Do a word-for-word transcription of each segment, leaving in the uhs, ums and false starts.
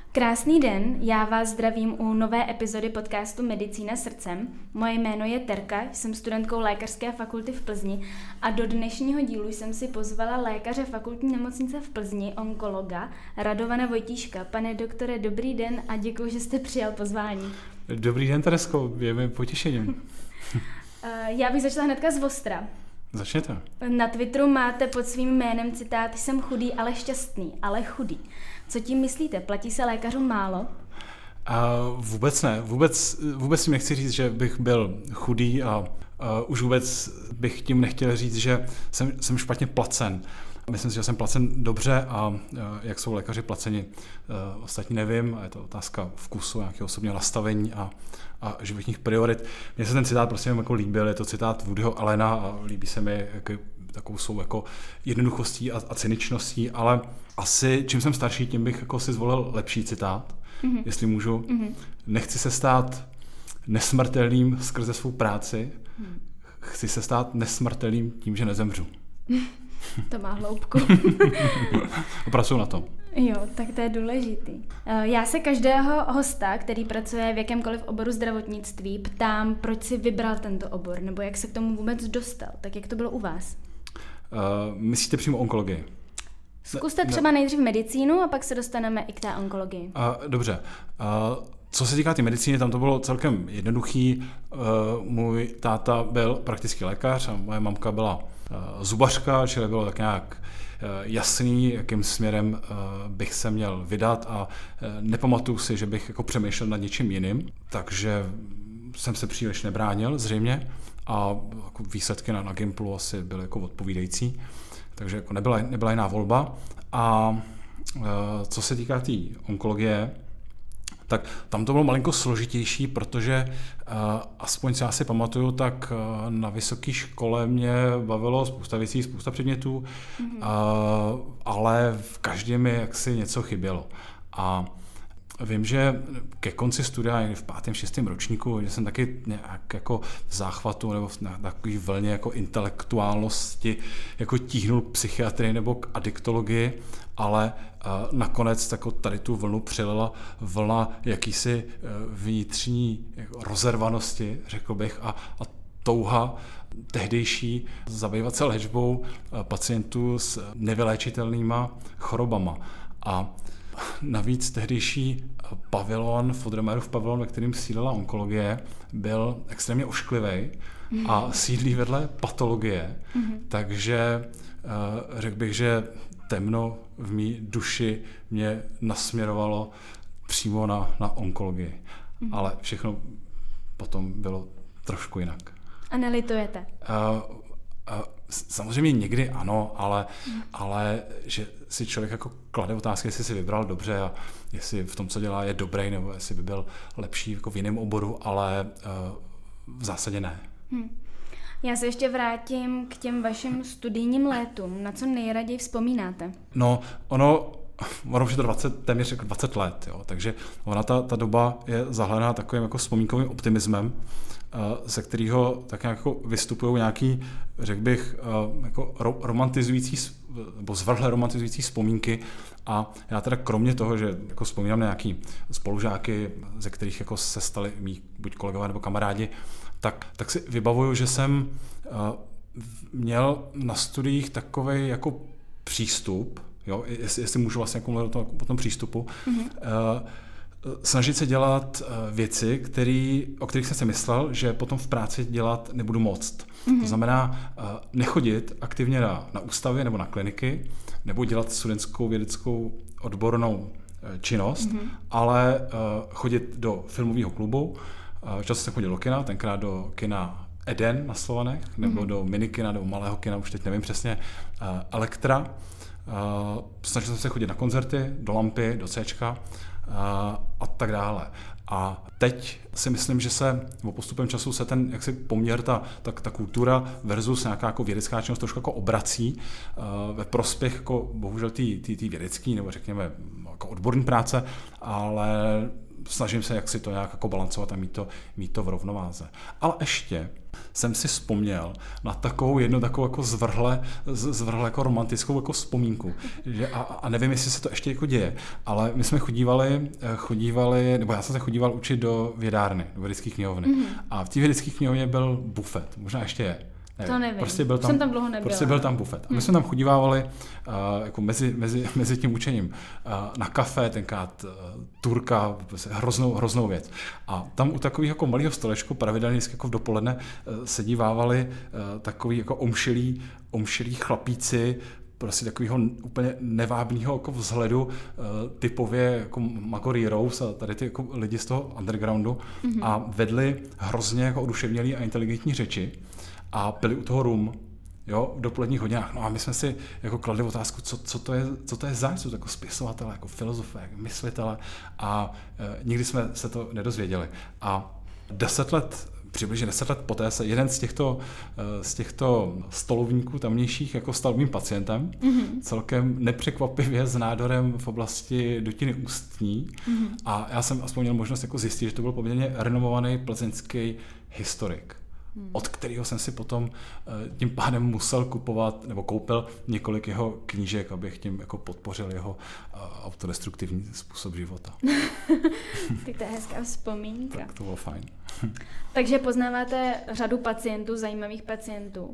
Krásný den, já vás zdravím u nové epizody podcastu Medicína srdcem. Moje jméno je Terka, jsem studentkou Lékařské fakulty v Plzni a do dnešního dílu jsem si pozvala lékaře fakultní nemocnice v Plzni, onkologa Radovana Vojtíška. Pane doktore, dobrý den a děkuji, že jste přijal pozvání. Dobrý den, Teresko, je mi potěšením. Já bych začala hnedka z ostra. Začněte. Na Twitteru máte pod svým jménem citát: jsem chudý, ale šťastný, ale chudý. Co tím myslíte? Platí se lékařům málo? A vůbec ne. Vůbec, vůbec tím nechci říct, že bych byl chudý a, a už vůbec bych tím nechtěl říct, že jsem, jsem špatně placen. Myslím si, že jsem placen dobře a jak jsou lékaři placeni, ostatní nevím. A je to otázka vkusu, nějakého osobního nastavení a, a životních priorit. Mně se ten citát prostě jako líbil, je to citát Woodyho Allena a líbí se mi jak, takovou svou jako jednoduchostí a, a cyničností, ale asi čím jsem starší, tím bych jako si zvolil lepší citát, mm-hmm. jestli můžu. Mm-hmm. Nechci se stát nesmrtelným skrze svou práci, mm. chci se stát nesmrtelným tím, že nezemřu. To má hloubku. Pracuji na tom. Jo, tak to je důležitý. Já se každého hosta, který pracuje v jakémkoliv oboru zdravotnictví, ptám, proč si vybral tento obor, nebo jak se k tomu vůbec dostal. Tak jak to bylo u vás? Uh, myslíte přímo onkologii? Zkuste ne, třeba nejdřív medicínu a pak se dostaneme i k té onkologii. Uh, dobře. Uh, co se týká té medicíny, tam to bylo celkem jednoduchý. Uh, můj táta byl praktický lékař a moje mamka byla uh, zubařka, čili bylo tak nějak uh, jasný, jakým směrem uh, bych se měl vydat a uh, nepamatuju si, že bych jako přemýšlel nad něčím jiným, takže jsem se příliš nebránil zřejmě a jako výsledky na, na Gimplu asi byly jako odpovídající. Takže jako nebyla, nebyla jiná volba. A e, co se týká té tý onkologie, tak tam to bylo malinko složitější, protože e, aspoň co já si pamatuju, tak e, na vysoké škole mě bavilo spousta věcí, spousta předmětů, mm-hmm. e, ale v každém mi jaksi něco chybělo. A vím, že ke konci studia, někdy v pátém, šestém ročníku, že jsem taky nějak jako v záchvatu nebo na takový vlně jako intelektuálnosti jako tíhnul k psychiatrii nebo k adiktologii, ale uh, nakonec jako tady tu vlnu přilila vlna jakýsi uh, vnitřní jako rozervanosti, řekl bych, a, a touha tehdejší zabývat se léčbou uh, pacientů s nevyléčitelnýma chorobama. A navíc tehdejší pavilon, Fodremerův pavilon, ve kterým sídlila onkologie, byl extrémně ošklivý a sídlí vedle patologie, mm-hmm. takže uh, řekl bych, že temno v mý duši mě nasměrovalo přímo na, na onkologii. Mm-hmm. Ale všechno potom bylo trošku jinak. A nelitujete? Uh, uh, Samozřejmě někdy ano, ale, hmm. ale že si člověk jako klade otázky, jestli si vybral dobře a jestli v tom, co dělá, je dobrý, nebo jestli by byl lepší jako v jiném oboru, ale uh, v zásadě ne. Hmm. Já se ještě vrátím k těm vašim studijním létům. Na co nejraději vzpomínáte? No, ono... Ono už je to dvacet, téměř jako dvacet let, jo, takže ona ta, ta doba je zahlená takovým jako vzpomínkovým optimismem, ze kterého tak nějak jako vystupují nějaký, řekl bych, jako romantizující, nebo zvrhle romantizující vzpomínky a já teda kromě toho, že jako vzpomínám na nějaký spolužáky, ze kterých jako se stali mý buď kolegové nebo kamarádi, tak, tak si vybavuju, že jsem měl na studiích takovej jako přístup, jo, jestli, jestli můžu vlastně jako mluvit o tom přístupu, mm-hmm. uh, snažit se dělat uh, věci, který, o kterých jsem si myslel, že potom v práci dělat nebudu moct. Mm-hmm. To znamená uh, nechodit aktivně na, na ústavy nebo na kliniky, nebo dělat studentskou vědeckou odbornou uh, činnost, mm-hmm. ale uh, chodit do filmového klubu. Uh, často jsem chodil do kina, tenkrát do kina Eden na Slovanech, nebo mm-hmm. do minikina, nebo malého kina, už teď nevím přesně, uh, Elektra. Uh, snažil jsem se chodit na koncerty, do Lampy, do Cčka uh, a tak dále. A teď si myslím, že se, nebo postupem času se ten jaksi poměr, ta, ta, ta kultura versus nějaká jako vědecká činnost trošku jako obrací uh, ve prospěch jako bohužel té vědecké nebo řekněme jako odborné práce, ale snažím se jak si to nějak jako balancovat a mít to, mít to v rovnováze. Ale ještě jsem si vzpomněl na takovou jednu takovou jako zvrhle, zvrhle jako romantickou jako vzpomínku. Že a, a nevím, jestli se to ještě jako děje, ale my jsme chodívali, chodívali, nebo já jsem se chodíval učit do vědárny, do vědecké knihovny. Mm-hmm. A v té vědecké knihovně byl bufet, možná ještě je. Nevím. To nevím, prostě byl tam, jsem tam dlouho nebyla. Prostě byl tam bufet. A my hmm. jsme tam chodívávali uh, jako mezi, mezi, mezi tím učením uh, na kafe, tenkrát uh, Turka, prostě hroznou, hroznou věc. A tam u takových jako malého stolečku pravidelně jako v dopoledne uh, sedívávali uh, takový jako omšilí, omšilí chlapíci, prostě takového úplně nevábného jako vzhledu, uh, typově jako Magory Rose a tady ty jako lidi z toho undergroundu mm-hmm. a vedli hrozně jako oduševnělý a inteligentní řeči. A pili u toho rum, jo, v dopoledních hodinách. No a my jsme si jako kladli otázku, co, co to je, co to je zač, jsou to jako spisovatelé, jako filozofé, jako myslitele a e, nikdy jsme se to nedozvěděli. A deset let, přibližně deset let poté se jeden z těchto, e, z těchto stolovníků tamnějších jako stal mým pacientem, mm-hmm. celkem nepřekvapivě s nádorem v oblasti dutiny ústní mm-hmm. a já jsem aspoň měl možnost jako zjistit, že to byl poměrně renomovaný plzeňský historik. Hmm. Od kterého jsem si potom tím pádem musel kupovat, nebo koupil několik jeho knížek, abych tím jako podpořil jeho autodestruktivní způsob života. Tak to je hezká vzpomínka. Tak to bylo fajn. Takže poznáváte řadu pacientů, zajímavých pacientů.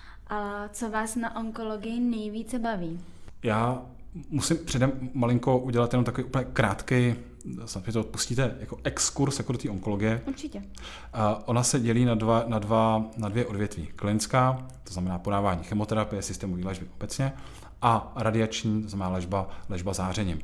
A co vás na onkologii nejvíce baví? Já musím předem malinko udělat jenom takový úplně krátký, snad mi to odpustíte, jako exkurs jako do té onkologie. Určitě. A ona se dělí na, dva, na, dva, na dvě odvětví. Klinická, to znamená podávání chemoterapie, systémové léčby obecně, a radiační, to znamená léčba, léčba zářením.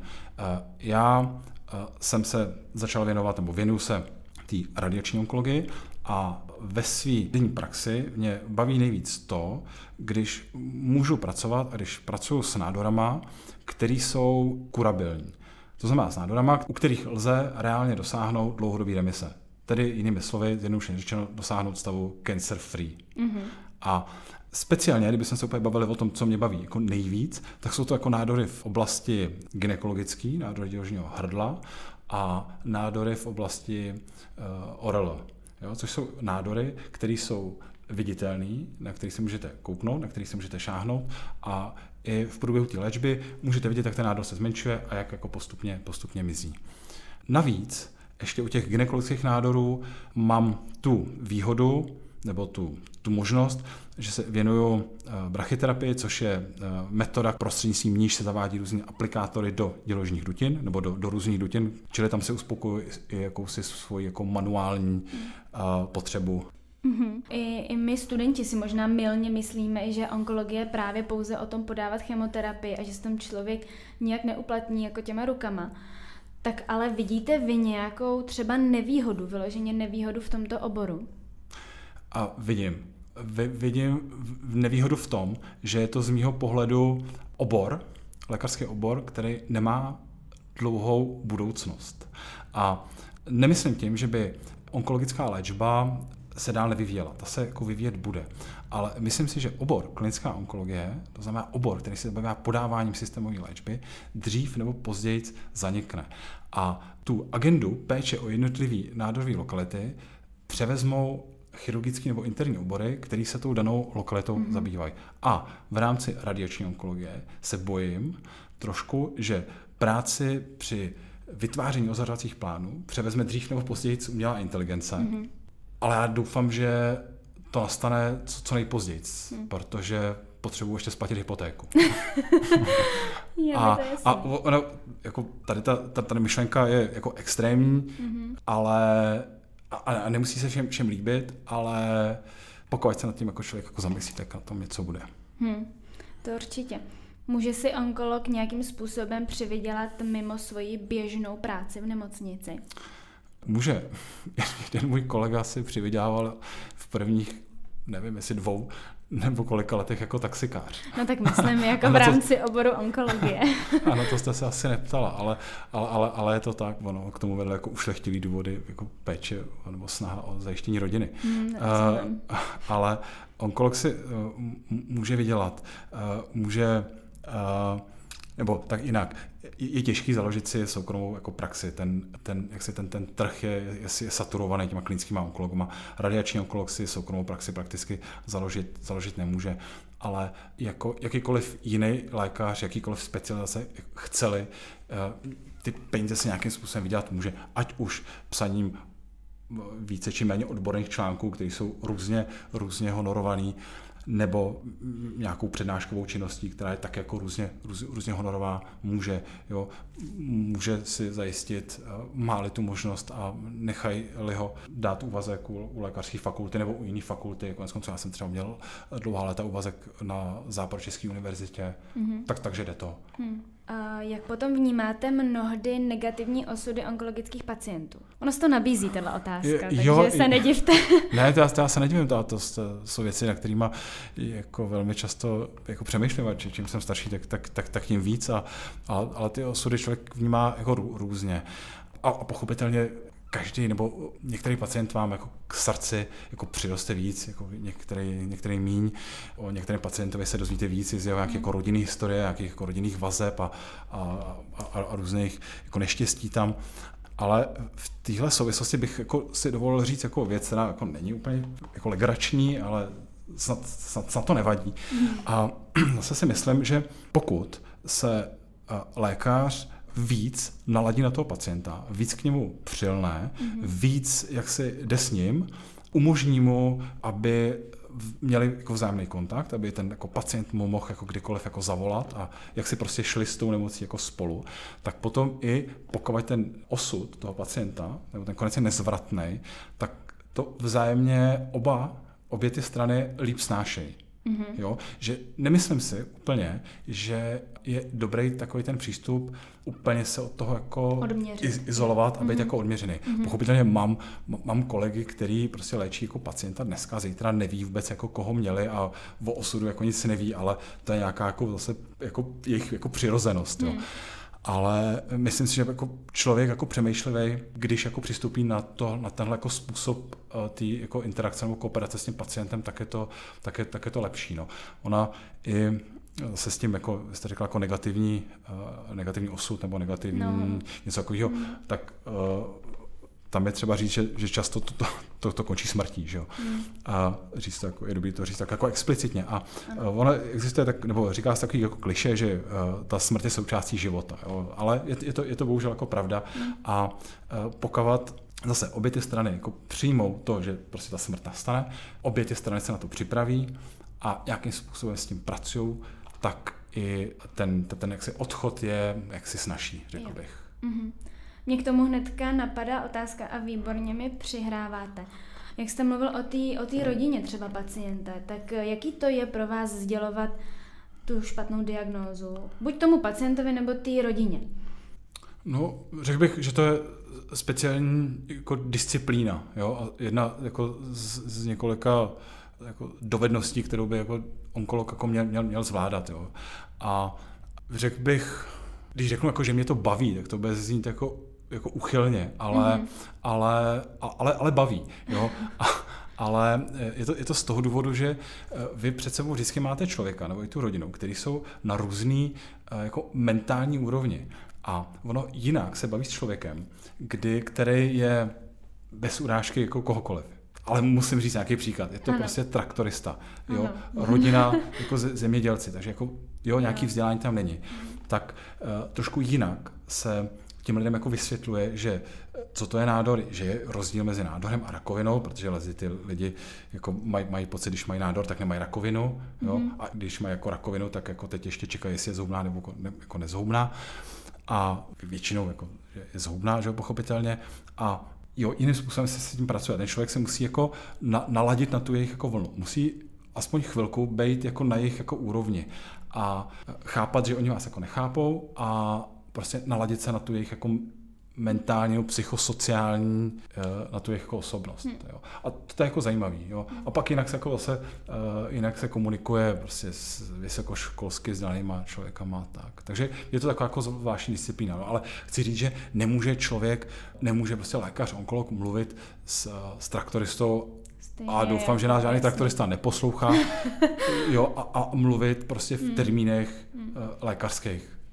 Já jsem se začal věnovat, nebo věnuju se té radiační onkologii a ve své denní praxi mě baví nejvíc to, když můžu pracovat a když pracuji s nádorama, které jsou kurabilní. To znamená s nádorama, u kterých lze reálně dosáhnout dlouhodobé remise. Tedy jinými slovy, jednoduše řečeno, dosáhnout stavu cancer free. Mm-hmm. A speciálně, kdybychom se úplně bavili o tom, co mě baví jako nejvíc, tak jsou to jako nádory v oblasti gynekologické, nádory děložního hrdla a nádory v oblasti uh, O R L, jo, což jsou nádory, které jsou viditelný, na který si můžete kouknout, na který si můžete šáhnout a i v průběhu té léčby můžete vidět, jak ten nádor se zmenšuje a jak jako postupně, postupně mizí. Navíc ještě u těch gynekologických nádorů mám tu výhodu, nebo tu, tu možnost, že se věnuju brachyterapii, což je metoda, prostřednictvím níž se zavádí různé aplikátory do děložních dutin, nebo do, do různých dutin, čili tam se uspokojuji i jakousi svoji jako manuální uh, potřebu. Mm-hmm. I, I my studenti si možná mylně myslíme, že onkologie je právě pouze o tom podávat chemoterapii a že se tam člověk nijak neuplatní jako těma rukama. Tak ale vidíte vy nějakou třeba nevýhodu, vyloženě nevýhodu v tomto oboru? A vidím. Vidím nevýhodu v tom, že je to z mýho pohledu obor, lékařský obor, který nemá dlouhou budoucnost. A nemyslím tím, že by onkologická léčba se dál nevyvíjela. Ta se jako vyvíjet bude. Ale myslím si, že obor klinická onkologie, to znamená obor, který se zabývá podáváním systémové léčby, dřív nebo později zanikne. A tu agendu péče o jednotlivé nádorové lokality převezmou chirurgické nebo interní obory, které se tou danou lokalitou mm-hmm. zabývají. A v rámci radiační onkologie se bojím trošku, že práci při vytváření ozařovacích plánů převezme dřív nebo později umělá inteligence, mm-hmm. ale já doufám, že to nastane co, co nejpozději, mm. protože potřebuji ještě splatit hypotéku. je, a a ono, jako tady ta, ta, ta myšlenka je jako extrémní, mm-hmm. ale a, a nemusí se všem, všem líbit, ale pokud se nad tím jako člověk jako zamyslí, tak na tom něco bude. Hmm, to určitě. Může si onkolog nějakým způsobem přivydělat mimo svoji běžnou práci v nemocnici? Může. Jeden můj kolega si přivydělával v prvních, nevím, jestli dvou nebo kolika letech jako taxikář. No tak myslím jako v rámci to... oboru onkologie. Ano, to jste se asi neptala, ale, ale, ale, ale je to tak, ono k tomu vedle jako ušlechtilý důvody, jako péče nebo snaha o zajištění rodiny. Hmm, uh, ale onkolog si uh, může vydělat, uh, může uh, nebo tak jinak, je těžký založit si soukromou jako praxi. Ten, ten, jak si ten, ten trh je, je, je saturovaný těma klinickýma onkologama. Radiační onkolog si soukromou praxi prakticky založit, založit nemůže. Ale jako jakýkoliv jiný lékař, jakýkoliv specializace chceli, ty peníze si nějakým způsobem vydělat může. Ať už psaním více či méně odborných článků, které jsou různě, různě honorovaný, nebo nějakou přednáškovou činností, která je tak jako různě, růz, různě honorová, může, jo, může si zajistit, má-li tu možnost a nechají-li ho dát úvazek u, u lékařské fakulty nebo u jiné fakulty. Konec konců já jsem třeba měl dlouhá léta úvazek na Západočeské univerzitě, mm-hmm. tak, takže jde to. Hmm. A jak potom vnímáte mnohdy negativní osudy onkologických pacientů? Ono se to nabízí, tato otázka, je, jo, takže se nedivte. Ne, to já, to já se nedivím, to, to, to jsou věci, na kterými jako velmi často jako přemýšlím, a čím jsem starší, tak, tak, tak, tak tím víc, a, a, ale ty osudy člověk vnímá jako rů, různě. A, a pochopitelně každý, nebo některý pacient vám jako k srdci jako přiroste víc, jako některý, některý míň. O některém pacientovi se dozvíte víc z jeho nějaké jako rodinné historie, nějakých jako rodinných vazeb a, a, a, a různých jako neštěstí tam. Ale v téhle souvislosti bych jako si dovolil říct jako věc, která jako není úplně jako legrační, ale snad, snad, snad to nevadí. A zase si myslím, že pokud se lékař víc naladí na toho pacienta, víc k němu přilne, mm-hmm. víc jak si jde s ním, umožní mu, aby měli jako vzájemný kontakt, aby ten jako pacient mu mohl jako kdykoliv jako zavolat a jak si prostě šli s tou nemocí jako spolu, tak potom i pokud ten osud toho pacienta, nebo ten konec je nezvratný, tak to vzájemně oba, obě ty strany líp snášejí. Mm-hmm. Jo? Že nemyslím si úplně, že je dobrý takový ten přístup úplně se od toho jako iz, izolovat a být mm-hmm. jako odměřený. Mm-hmm. Pochopitelně mám, mám kolegy, který prostě léčí jako pacienta dneska, zítra neví vůbec jako koho měli a o osudu jako nic neví, ale to je nějaká jako zase jako jejich jako přirozenost. Jo? Mm. Ale myslím si, že jako člověk jako přemýšlivý, když jako přistoupí na, to, na tenhle jako způsob uh, té jako interakce nebo kooperace s tím pacientem, tak je to, tak je, tak je to lepší. No. Ona i se s tím, jako jste řekla, jako negativní, uh, negativní osud nebo negativní no. něco takového, mm. tak uh, tam je třeba říct, že, že často to, to, to, to končí smrtí, že jo. Mm. A říct to jako, je dobrý to říct tak jako explicitně. A uh, ono existuje tak, nebo říká se takový jako klišé, že uh, ta smrt je součástí života, jo. Ale je, je, to, je to bohužel jako pravda. Mm. A uh, pokud zase obě ty strany jako přijmou to, že prostě ta smrt nastane, obě ty strany se na to připraví a nějakým způsobem s tím pracují, tak i ten, ten, ten jaksi odchod je jaksi snazší, řekl jo. bych. Mm-hmm. Mě k tomu hnedka napadá otázka a výborně mi přihráváte. Jak jste mluvil o té o té rodině třeba pacienta, tak jaký to je pro vás sdělovat tu špatnou diagnózu? Buď tomu pacientovi nebo té rodině? No, řekl bych, že to je speciální jako disciplína. Jo? A jedna jako z, z několika jako dovedností, kterou by jako onkolog jako měl, měl, měl zvládat. Jo? A řekl bych, když řeknu, jako, že mě to baví, tak to bude znít jako, jako uchylně, ale, mm-hmm. ale, ale, ale baví. Jo? A, ale je to, je to z toho důvodu, že vy před sebou vždycky máte člověka nebo i tu rodinu, který jsou na různý jako mentální úrovni. A ono jinak se baví s člověkem, kdy, který je bez urážky jako kohokoliv. Ale musím říct nějaký příklad. Je to ano. prostě traktorista. Jo? Rodina jako zemědělci, takže jako, jo, nějaký vzdělání tam není. Tak uh, trošku jinak se těm lidem jako vysvětluje, že co to je nádor, že je rozdíl mezi nádorem a rakovinou, protože lezi ty lidi jako maj, mají pocit, když mají nádor, tak nemají rakovinu, jo? Mm-hmm. A když mají jako rakovinu, tak jako teď ještě čekají, jestli je zhoubná nebo ne, jako nezhoubná. A většinou jako je zhoubná, že jo, pochopitelně. A jo, jiným způsobem se s tím pracuje. Ten člověk se musí jako na, naladit na tu jejich jako vlnu. Musí aspoň chvilku být jako na jejich jako úrovni a chápat, že oni vás jako nechápou a prostě naladit se na tu jejich jako mentální, psychosociální, na tu jejich jako osobnost. Hmm. Jo. A to je jako zajímavý. Jo. A pak jinak se jako zase, uh, jinak se komunikuje prostě s vysokoškolsky vzdělanýma člověkama. Tak. Takže je to taková jako zvláštní disciplína. No. Ale chci říct, že nemůže člověk, nemůže prostě lékař, onkolog mluvit s, s traktoristou Stejně, a doufám, že nás žádný traktorista neposlouchá, jo, a, a mluvit prostě v termínech hmm. uh, lékařských.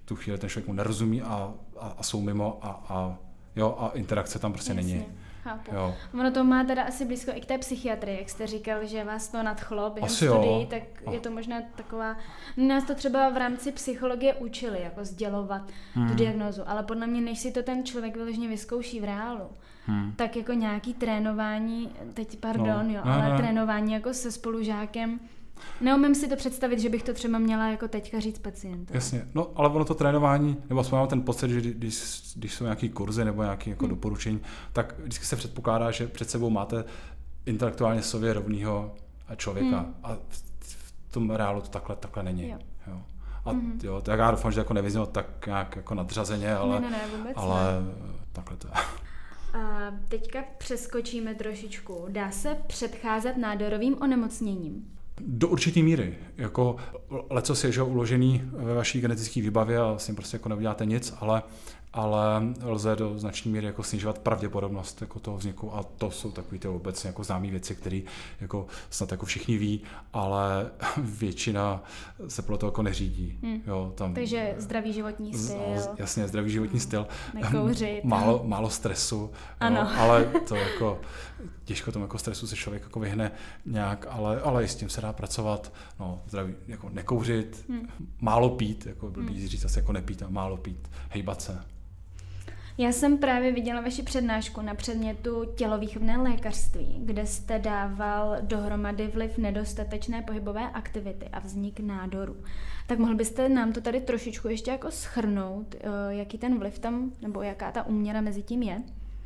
tu chvíli ten člověk mu nerozumí a, a, a jsou mimo a, a, jo, a interakce tam prostě Jasně. není. Chápu. Jo. Ono to má teda asi blízko i k té psychiatrii, jak jste říkal, že vás to nadchlo během asi studií, jo. tak je to možná taková... Nás to třeba v rámci psychologie učili, jako sdělovat hmm. tu diagnózu, ale podle mě, než si to ten člověk vyloženě vyzkouší v reálu, hmm. tak jako nějaký trénování, teď pardon, no. jo, no, ale no. trénování jako se spolužákem, neumím si to představit, že bych to třeba měla jako teďka říct pacientu. Jasně, no ale ono to trénování, nebo aspoň mám ten pocit, že když, když jsou nějaký kurzy nebo nějaké jako hmm. doporučení, tak vždycky se předpokládá, že před sebou máte intelektuálně sobě rovného člověka hmm. a v, v tom reálu to takhle, takhle není. Jo. Jo. A mm-hmm. jo, tak já doufám, že to jako nevyznělo tak nějak jako nadřazeně, ale, ne, ne, ne, vůbec ale ne. takhle to je. A teďka přeskočíme trošičku. Dá se předcházet nádorovým onemocněním? Do určitý míry. Jako lecos je že, uložený ve vaší genetické výbavě a s tím prostě jako neuděláte nic, ale, ale lze do značné míry jako snižovat pravděpodobnost jako toho vzniku a to jsou takové ty obecně jako známé věci, které jako snad jako všichni ví, ale většina se podle toho jako neřídí. Hmm. Jo, tam, Takže zdravý životní styl. Jasně, zdravý životní styl. Nekouřit. Málo, málo stresu, ano. Jo, ale to jako těžko tomu jako stresu se člověk jako vyhne nějak, ale, ale i s tím se dá pracovat. No, zdraví, jako nekouřit, hmm. málo pít, jako blbý hmm. říct asi jako nepít, a málo pít, hejbat se. Já jsem právě viděla vaši přednášku na předmětu tělovýchovné lékařství, kde jste dával dohromady vliv nedostatečné pohybové aktivity a vznik nádoru. Tak mohl byste nám to tady trošičku ještě jako shrnout, jaký ten vliv tam, nebo jaká ta úměra mezi tím je?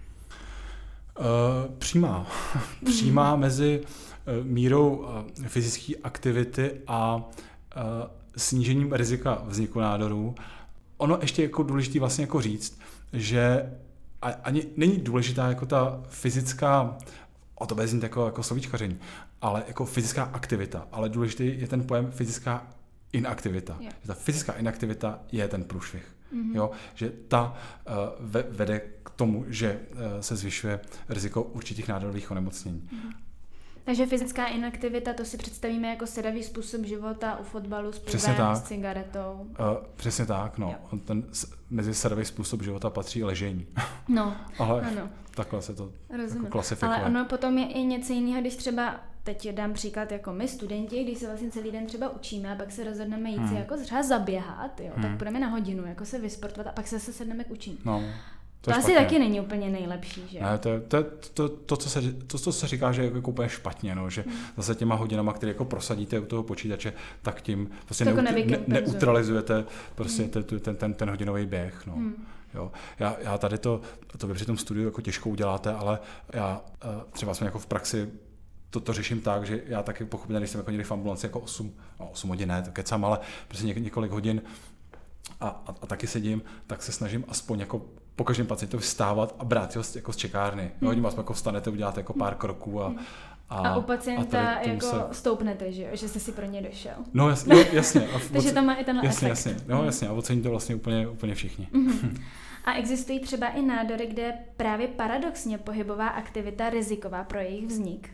Uh, přímá. Přímá mezi uh, mírou uh, fyzické aktivity a uh, snížením rizika vzniku nádorů. Ono ještě jako důležité vlastně jako říct, že ani není důležitá jako ta fyzická, o to bez jako, jako slovíčkaření, ale jako fyzická aktivita, ale důležitý je ten pojem fyzická inaktivita. Yeah. Ta fyzická inaktivita je ten průšvih. Mm-hmm. Jo? Že ta uh, ve, vede k tomu, že uh, se zvyšuje riziko určitých nádorových onemocnění. Mm-hmm. Takže fyzická inaktivita, to si představíme jako sedavý způsob života u fotbalu s pivem, s cigaretou. Uh, přesně tak, no. Ten, mezi sedavý způsob života patří ležení. No, ale ano. Takhle se to jako klasifikuje. Ale ono potom je i něco jiného, když třeba, teď dám příklad jako my studenti, když se vlastně celý den třeba učíme a pak se rozhodneme jít hmm. si jako třeba zaběhat, jo, hmm. tak půjdeme na hodinu, jako se vysportovat a pak se zase sedneme k učení. No. To, to asi taky není úplně nejlepší, že? Ne, to, to, to, to, co se, to, to, co se říká, že je jako úplně špatně, no, že hmm. zase těma hodinama, které jako prosadíte u toho počítače, tak tím prostě neut, ne, neutralizujete prostě hmm. ten, ten, ten, ten hodinový běh. No. Hmm. Jo. Já, já tady to, to vy při tom studiu jako těžko uděláte, ale já třeba jsme jako v praxi to, to řeším tak, že já taky pochopitelně, když jsem jako někdy v ambulanci jako osm, no osm hodin, ne, to kecám, ale prostě něk, několik hodin a, a, a taky sedím, tak se snažím aspoň jako po každém pacientovi vstávat a brát ho jako z čekárny. Hmm. Jo, aspoň jako vstanete, uděláte jako pár kroků a A, a u pacienta a jako se... stoupnete, že jo? Že jste si pro ně došel. No jasně. No, jasně. A Takže to má i tenhle jasně, efekt. Jasně, no, jasně. A ocení to vlastně úplně, úplně všichni. Mm-hmm. A existují třeba i nádory, kde je právě paradoxně pohybová aktivita riziková pro jejich vznik?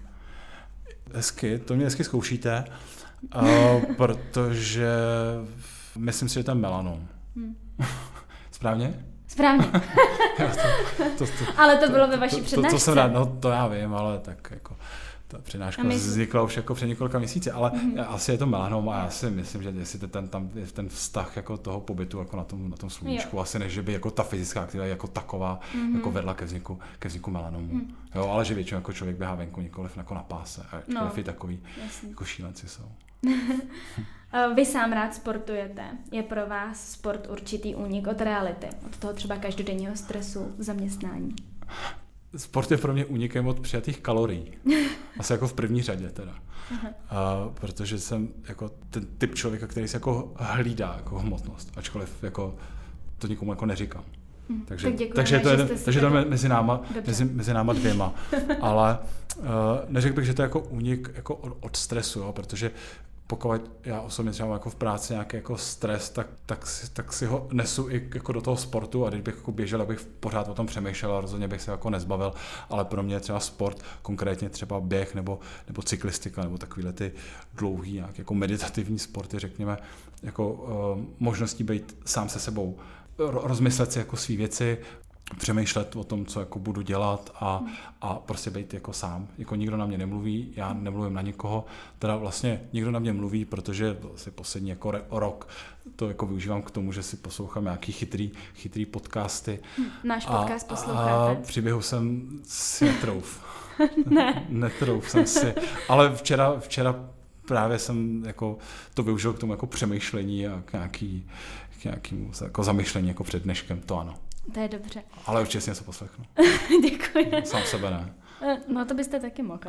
Hezky, to mě hezky zkoušíte, uh, protože myslím si, že to je melanom. Hmm. Správně? Správně. to, to, to, ale to bylo ve vaší to, přednášce. To, to jsem rád, no to já vím, ale tak jako ta přednáška my... vznikla už jako před několika měsíci, ale mm-hmm. asi je to melanom a já si myslím, že jestli ten, tam je ten vztah jako toho pobytu jako na tom, na tom sluníčku, jo. asi než, že by jako ta fyzická aktivita jako taková mm-hmm. jako vedla ke vzniku, ke vzniku melanomu. Mm. Jo, ale že většinou jako člověk běhá venku, nikoliv jako na páse a no. i takový jasný. Jako šílenci jsou. Vy sám rád sportujete. Je pro vás sport určitý únik od reality, od toho třeba každodenního stresu v zaměstnání? Sport je pro mě únikem od přijatých kalorií. Asi jako v první řadě teda. Uh, protože jsem jako ten typ člověka, který se jako hlídá jako hmotnost, ačkoliv jako to nikomu jako neříkám. Mm, takže, tak děkujeme, takže to je, takže to je tak... mezi náma, mezi, mezi náma dvěma. Ale uh, neřekl bych, že to je jako únik jako od, od stresu, jo, protože pokud já osobně třeba jako v práci nějaký jako stres, tak, tak, si, tak si ho nesu i jako do toho sportu a když bych jako běžel, abych pořád o tom přemýšlel a rozhodně bych se jako nezbavil, ale pro mě třeba sport, konkrétně třeba běh nebo, nebo cyklistika nebo takovýhle ty dlouhý nějak jako meditativní sporty, řekněme, jako uh, možností být sám se sebou, rozmyslet si jako svý věci, přemýšlet o tom, co jako budu dělat a, a prostě být jako sám. Jako nikdo na mě nemluví, já nemluvím na nikoho, teda vlastně nikdo na mě mluví, protože asi poslední jako rok to jako využívám k tomu, že si poslouchám nějaký chytrý, chytrý podcasty. Náš podcast a, posloucháte? A příběhu jsem si netrouf. Ne. Netrouf jsem si, ale včera, včera právě jsem jako to využil k tomu jako přemýšlení a k nějaký, k nějakému jako zamyšlení jako před dneškem, to ano. To je dobře. Ale určitě si něco poslechnu. Děkuji. Sám sebe ne. No to byste taky mohl.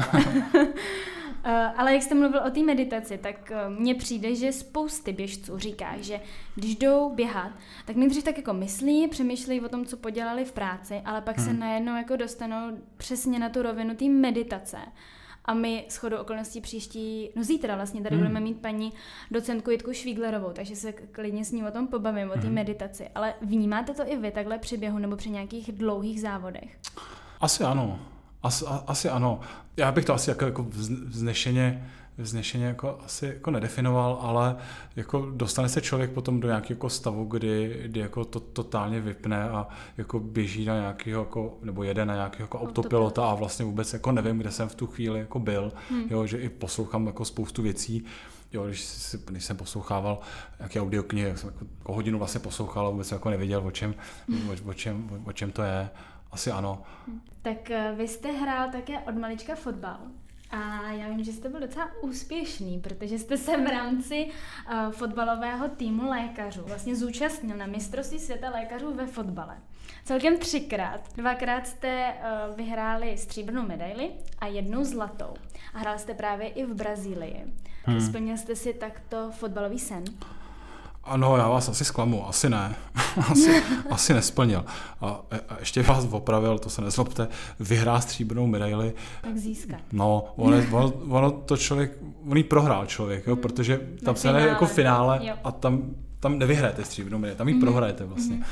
Ale jak jste mluvil o té meditaci, tak mně přijde, že spousty běžců říká, že když jdou běhat, tak nejdřív tak jako myslí, přemýšlejí o tom, co podělali v práci, ale pak hmm. se najednou jako dostanou přesně na tu rovinu té meditace. A my shodou okolností příští, no zítra vlastně tady hmm. budeme mít paní docentku Jitku Švíglerovou, takže se klidně s ní o tom pobavím, o té hmm. meditaci. Ale vnímáte to i vy takhle při běhu nebo při nějakých dlouhých závodech? Asi ano. Asi, asi ano. Já bych to asi jako, jako vznešeně, vznešeně jako asi jako nedefinoval, ale jako dostane se člověk potom do nějakého jako stavu, kdy, kdy jako to totálně vypne a jako běží na nějakého jako, nebo jede na nějakého jako autopilota a vlastně vůbec jako nevím, kde jsem v tu chvíli jako byl, hmm. jo, že i poslouchám jako spoustu věcí. Jo, když, si, když jsem poslouchával nějaké audioknihy, jak jsem jako, jako hodinu vlastně poslouchal a vůbec jsem jako nevěděl, o čem, hmm. o, o, čem, o, o čem to je. Asi ano. Tak vy jste hrál také od malička fotbal a já vím, že jste byl docela úspěšný, protože jste se v rámci uh, fotbalového týmu lékařů vlastně zúčastnil na mistrovství světa lékařů ve fotbale. Celkem třikrát. Dvakrát jste uh, vyhráli stříbrnou medaili a jednou zlatou. A hrál jste právě i v Brazílii. Hmm. Splnil jste si takto fotbalový sen? Ano, já vás asi zklamu, asi ne, asi, asi nesplnil. A, a ještě vás opravil, to se nezlobte, vyhrá stříbrnou medaili. Tak získá. No, ono, ono, ono to člověk, on jí prohrál člověk, jo, protože tam se ne jako finále jo. a tam tam nevyhrajete stříbrnou medaili, tam ji mm. prohrajete vlastně. Mm.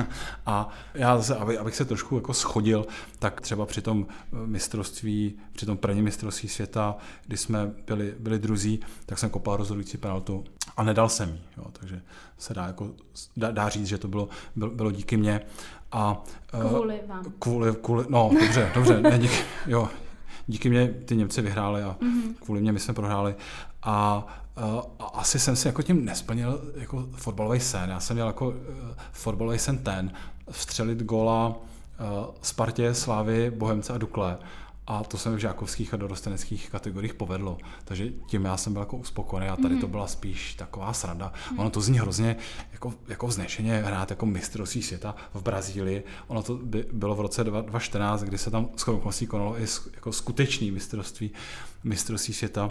A já zase, aby, abych se trošku jako schodil, tak třeba při tom mistrovství, při tom prvním mistrovství světa, kdy jsme byli, byli druzí, tak jsem kopal rozhodující penaltu a nedal jsem ji. Jo, takže se dá, jako, dá, dá říct, že to bylo, bylo, bylo díky mně. A, kvůli vám. Kvůli, kvůli, no dobře, dobře, ne, díky, jo, díky mě ty Němci vyhráli a mm-hmm. kvůli mě my jsme prohráli. A Uh, asi jsem si jako tím nesplnil jako fotbalový sen. Já jsem měl jako uh, fotbalový sen ten, vstřelit góla uh, Spartě, Slávy, Bohemce a Dukle. A to se mi v žákovských a dorosteneckých kategoriích povedlo. Takže tím já jsem byl jako uspokojený a tady mm-hmm. to byla spíš taková sranda. Mm-hmm. Ono to zní hrozně jako, jako vznešeně hrát jako mistrovství světa v Brazílii. Ono to by bylo v roce dva tisíce čtrnáct, kdy se tam shodou okolností konalo i jako skutečný mistrovství, mistrovství světa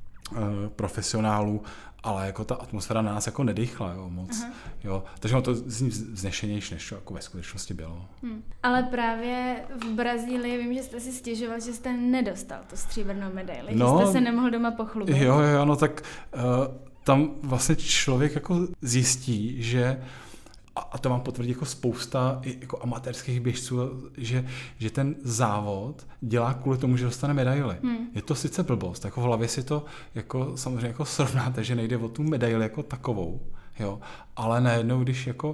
profesionálů, ale jako ta atmosféra na nás jako nedýchla, jo, moc. Jo. Takže ono to zní vznešenější, než to jako ve skutečnosti bylo. Hmm. Ale právě v Brazílii vím, že jste si stěžoval, že jste nedostal tu stříbrnou medaili, no, že jste se nemohl doma pochlubit. Jo, jo, no tak uh, tam vlastně člověk jako zjistí, že a to vám potvrdí jako spousta jako amatérských běžců, že, že ten závod dělá kvůli tomu, že dostane medaili. Hmm. Je to sice blbost, jako v hlavě si to jako samozřejmě jako srovnáte, že nejde o tu medaili jako takovou, jo, ale najednou, když jako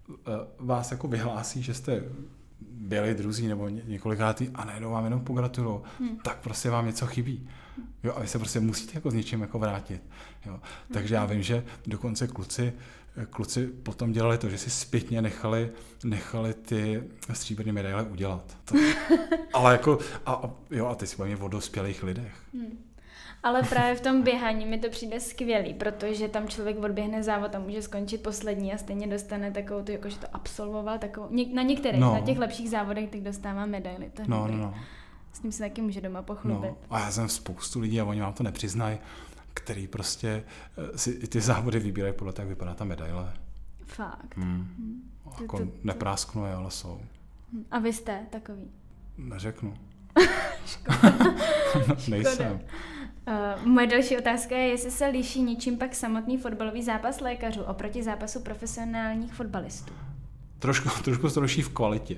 vás jako vyhlásí, že jste byli druzí nebo několikátý a najednou vám jenom pogratulují, hmm. tak prostě vám něco chybí. Jo, a vy se prostě musíte jako s něčím jako vrátit. Jo. Takže já vím, že dokonce kluci Kluci potom dělali to, že si zpětně nechali, nechali ty stříbrné medaile udělat. To, ale jako, a, a, jo, a teď si bavíme o dospělých lidech. Hmm. Ale právě v tom běhání mi to přijde skvělý, protože tam člověk odběhne závod a může skončit poslední a stejně dostane takovou, to, jako, že to absolvoval, takovou, na některých, no. na těch lepších závodech, tak dostává medaily. To no, no, no. S tím se taky může doma pochlubit. No. A já jsem spoustu lidí a oni vám to nepřiznají, který prostě si ty závody vybírají podle toho, jak vypadá ta medaile. Fakt. Hmm. Hmm. Jako to, to, to... neprásknu je, ale jsou. A vy jste takový? Neřeknu. Škoda. Nejsem. Uh, moje další otázka je, jestli se liší něčím pak samotný fotbalový zápas lékařů oproti zápasu profesionálních fotbalistů. Trošku, trošku se to liší v kvalitě.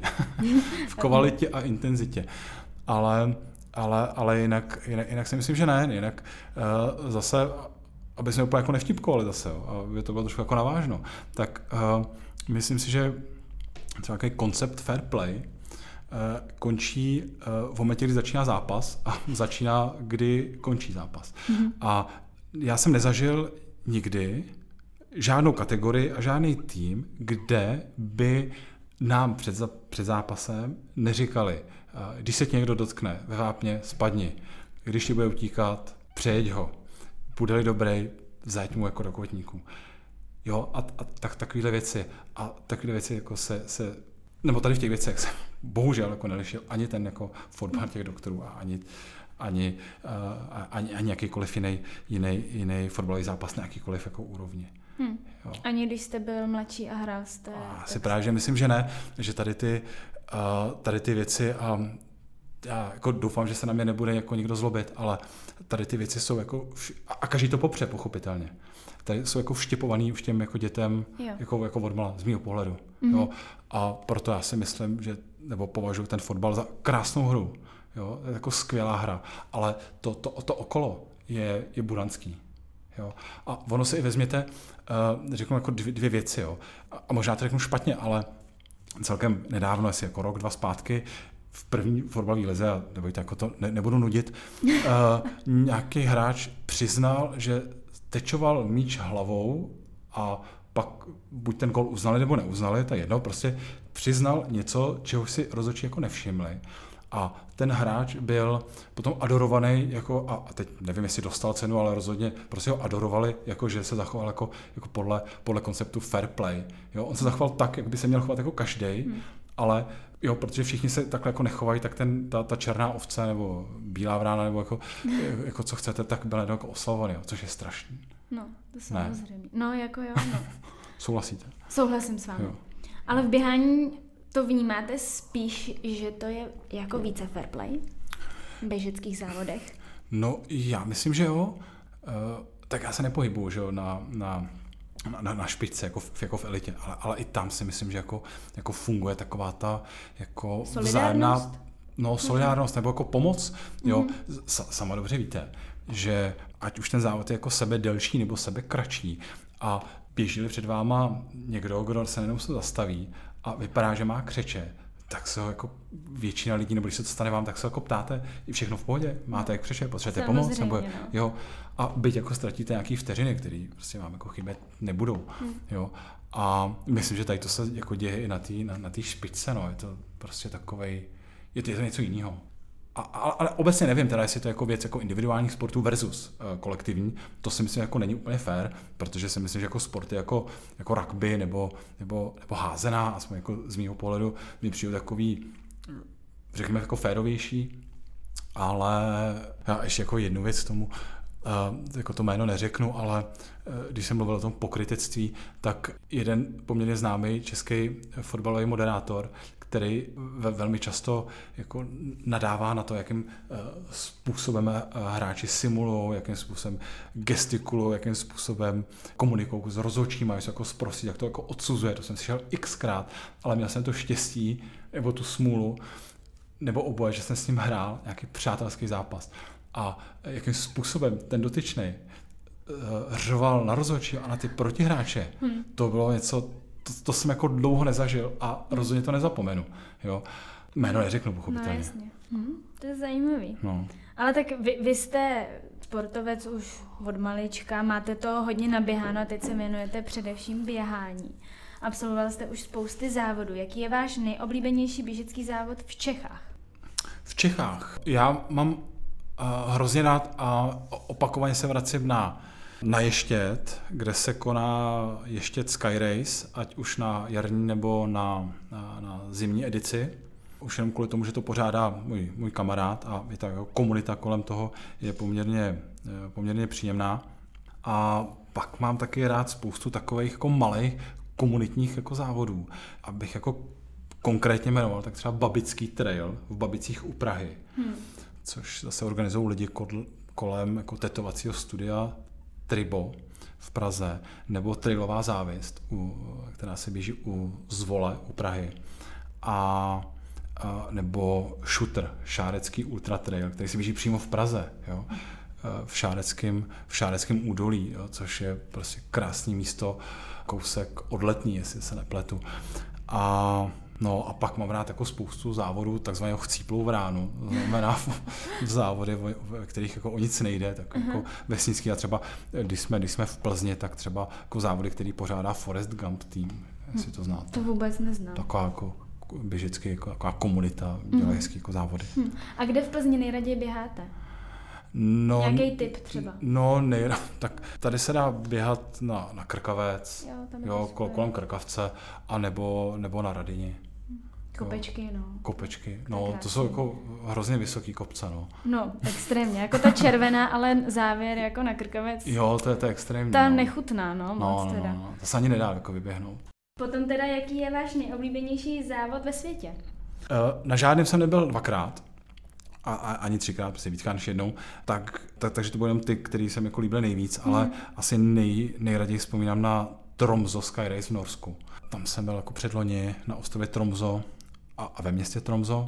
v kvalitě a intenzitě. Ale, ale, ale jinak, jinak, jinak si myslím, že ne. Jinak uh, zase, aby jsme úplně jako nevtipkovali zase, jo, aby to bylo trošku jako navážno, tak uh, myslím si, že třeba nějaký koncept fair play uh, končí uh, v momentě, kdy začíná zápas a začíná, kdy končí zápas. Mm-hmm. A já jsem nezažil nikdy žádnou kategorii a žádný tým, kde by nám před, za, před zápasem neříkali, uh, když se tě někdo dotkne ve vápně, spadni. Když ti bude utíkat, přejeď ho. Bude-li dobrý, zajeď mu jako do kotníků. Jo, a, a tak, takovýhle věci. A takovýhle věci jako se, se, nebo tady v těch věcech se bohužel jako nelišil ani ten jako fotbal těch doktorů a ani, ani, uh, ani, ani jakýkoliv jiný, jiný, jiný fotbalový zápas na jakýkoliv jako úrovni. Hmm. Ani když jste byl mladší a hrál jste... Asi právě, že myslím, že ne, že tady ty, uh, tady ty věci a já jako doufám, že se na mě nebude jako nikdo zlobit, ale tady ty věci jsou jako, a každý to popře, pochopitelně. Tady jsou jako vštěpovaný už těm jako dětem, jako, jako odmala, z mýho pohledu. Mm-hmm. Jo. A proto já si myslím, že, nebo považuji ten fotbal za krásnou hru. Jo. Je jako skvělá hra, ale to, to, to okolo je, je buranský. Jo. A ono si i vezměte, uh, řeknu jako dvě, dvě věci, jo. A možná to řeknu špatně, ale celkem nedávno, asi jako rok, dva zpátky, v první fotbalové lize, a nebojte, jako to ne, nebudu nudit, uh, nějaký hráč přiznal, že tečoval míč hlavou a pak buď ten gól uznali nebo neuznali, to je jedno, prostě přiznal něco, čeho si rozhodčí jako nevšimli. A ten hráč byl potom adorovaný, jako, a teď nevím, jestli dostal cenu, ale rozhodně prostě ho adorovali, jako, že se zachoval jako, jako podle, podle konceptu fair play. Jo? On se zachoval tak, jak by se měl chovat jako každej, hmm. ale jo, protože všichni se takhle jako nechovají, tak ten, ta, ta černá ovce nebo bílá vrána, nebo jako, jako co chcete, tak byl jako oslavovaný, jo, což je strašný. No, to samozřejmě. No, jako jo, no. Souhlasíte? Souhlasím s vámi. Jo. Ale v běhání to vnímáte spíš, že to je jako více fair play v běžeckých závodech? No, já myslím, že jo. Uh, tak já se nepohybuju, že jo, na, na, na, na špičce, jako v, jako v elitě, ale, ale i tam si myslím, že jako, jako funguje taková ta jako vzájemná, no, solidárnost nebo jako pomoc. Jo, mm-hmm. S, sama dobře víte, že ať už ten závod je jako sebe delší nebo sebe kratší a běží před váma někdo, kdo se jenom se zastaví a vypadá, že má křeče, tak se ho jako většina lidí, nebo když se to stane vám, tak se jako ptáte, je všechno v pohodě, máte jak křeče, potřebujete pomoc, nebo no. jo, a byť jako ztratíte nějaký vteřiny, které prostě vám jako chybět nebudou, hmm. jo, a myslím, že tady to se jako děje i na té na, na špičce, no, je to prostě takovej, je to, je to něco jiného. A, ale obecně nevím teda, jestli to je jako věc jako individuálních sportů versus uh, kolektivní. To si myslím, jako není úplně fair, protože si myslím, že jako sporty jako, jako rugby nebo, nebo, nebo házená, aspoň jako z mýho pohledu, mi přijde takový, řekněme, jako férovější. Ale já ještě jako jednu věc k tomu, uh, jako to jméno neřeknu, ale uh, když jsem mluvil o tom pokrytectví, tak jeden poměrně známý český fotbalový moderátor, který velmi často jako nadává na to, jakým způsobem hráči simulují, jakým způsobem gestikulují, jakým způsobem komunikují s rozhodčíma, jestli jako zprostit, jak to jako odsuzuje. To jsem slyšel xkrát, ale měl jsem to štěstí, nebo tu smůlu, nebo oboje, že jsem s ním hrál nějaký přátelský zápas. A jakým způsobem ten dotyčnej řval na rozhodčí a na ty protihráče, hmm. to bylo něco, To, to jsem jako dlouho nezažil a rozhodně to nezapomenu. Jo. Jméno neřeknu, pochopitelně. No jasně. Hm, to je zajímavý. No. Ale tak vy, vy jste sportovec už od malička, máte to hodně naběháno a teď se věnujete především běhání. Absolvoval jste už spousty závodů. Jaký je váš nejoblíbenější běžecký závod v Čechách? V Čechách? Já mám uh, hrozně rád a opakovaně se vracím na Na Ještěd, kde se koná Ještěd Sky Race, ať už na jarní nebo na, na, na zimní edici. Už jenom kvůli tomu, že to pořádá můj, můj kamarád a i ta komunita kolem toho je poměrně, poměrně příjemná. A pak mám taky rád spoustu takových jako malých komunitních jako závodů. Abych jako konkrétně jmenoval, tak třeba Babický trail v Babicích u Prahy, hmm. což zase organizují lidi kolem jako tetovacího studia Tribo v Praze, nebo Trailová závist, u, která se běží u Zvole, u Prahy, a, a nebo Shooter, Šárecký ultra trail, který se běží přímo v Praze, jo, v Šáreckém, v Šáreckém údolí, jo, což je prostě krásné místo, kousek od Letní, jestli se nepletu. A no a pak mám rád jako spoustu závodů takzvaného chcíplou v ránu, znamená v závody, ve kterých jako o nic nejde, tak uh-huh. jako vesnický, a třeba když jsme, když jsme v Plzni, tak třeba jako závody, který pořádá Forrest Gump tým, jestli to znáte. To vůbec neznám. Taková jako běžecký, jako, taková komunita, dělají uh-huh. hezký jako závody. Hmm. A kde v Plzni nejraději běháte? No, nějaký tip třeba? No, nejra, tak tady se dá běhat na, na Krkavec, jo, tam jo, kol, kolem Krkavce, a nebo, nebo na Radyni. Kopečky, no. Kopečky, no, to, to jsou jako hrozně vysoký kopce, no. No, extrémně, jako ta červená, ale závěr jako na Krkavec. Jo, to je, to je extrémní. Ta no. nechutná, no, no moc no, teda. No, no, to se ani nedá jako vyběhnout. Potom teda, jaký je váš nejoblíbenější závod ve světě? Na žádném jsem nebyl dvakrát. A, a ani třikrát, prostě víckrát než jednou, tak, tak, takže to byly jenom ty, který jsem jako líbil nejvíc, mm. ale asi nej, nejraději vzpomínám na Tromso Sky Race v Norsku. Tam jsem byl jako předloni na ostrově Tromso a, a ve městě Tromso,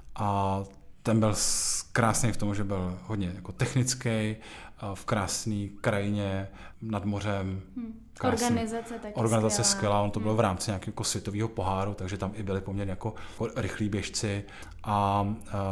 a ten byl krásný v tom, že byl hodně jako technický, v krásné krajině nad mořem. Hmm. Organizace taky Organizace skvělá. skvělá, on to bylo v rámci nějakého jako světového poháru, takže tam i byli poměrně jako, jako rychlí běžci. A, a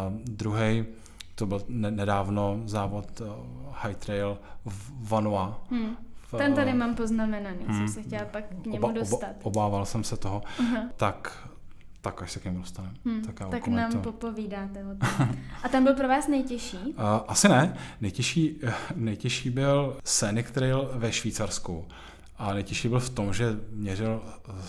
druhý, to byl ne, nedávno závod uh, High Trail v Vanua. Hmm. Ten tady mám poznamenaný, hmm. jsem se chtěla pak k němu oba, dostat. Oba, obával jsem se toho, uh-huh. tak, tak až se k němu dostaneme. Hmm. Tak, tak nám popovídáte o tom. A tam byl pro vás nejtěžší? Uh, asi ne. Nejtěžší, nejtěžší byl Scenic Trail ve Švýcarsku. A nejtěžší byl v tom, že měřil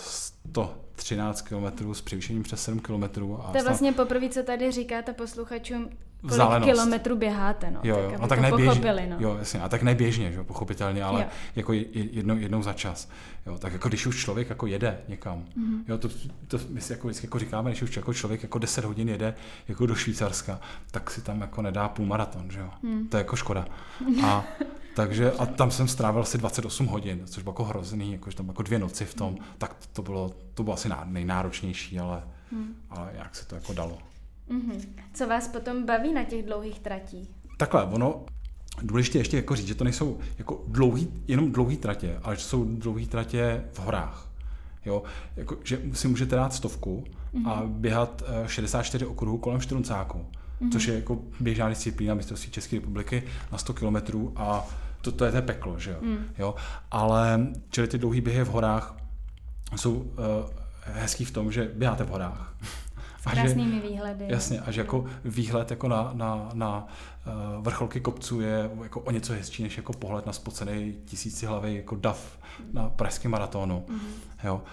sto třináct kilometrů s převýšením přes sedm kilometrů. To je vlastně poprvé, co tady říkáte posluchačům, kolik vzdálenost. Kilometrů běháte, no. Jo, jo. Tak, a tak neběžně, pochopili, no. Jo, jasně. A tak neběžně, že, pochopitelně, ale jo. jako jednou, jednou za čas. Jo, tak jako když už člověk jako jede někam, mm-hmm. jo, to, to my si jako vždycky jako říkáme, když už jako člověk jako deset hodin jede jako do Švýcarska, tak si tam jako nedá půlmaraton, že jo. Mm. To je jako škoda. A takže a tam jsem strávil asi dvacet osm hodin, což bylo jako hrozný, jakože tam jako dvě noci v tom, mm. tak to bylo, to bylo asi nejnáročnější, ale, mm. ale jak se to jako dalo. Mm-hmm. Co vás potom baví na těch dlouhých tratích? Takhle, ono, důležité ještě jako říct, že to nejsou jako dlouhý, jenom dlouhý tratě, ale že jsou dlouhý tratě v horách. Jo, jako, že si můžete dát stovku mm-hmm. a běhat šedesát čtyři okruhů kolem Štruncáku, mm-hmm. což je jako běžná disciplína mistrovství České republiky na sto kilometrů, a to, to je to peklo, že jo. Mm. jo. Ale čili ty dlouhý běhy v horách jsou uh, hezký v tom, že běháte v horách. S krásnými výhledy. Jasně, a že jako výhled jako na, na, na uh, vrcholky kopců je jako o něco hezčí, než jako pohled na spocený tisícihlavý jako dav na pražském maratonu. Mm-hmm. Jo.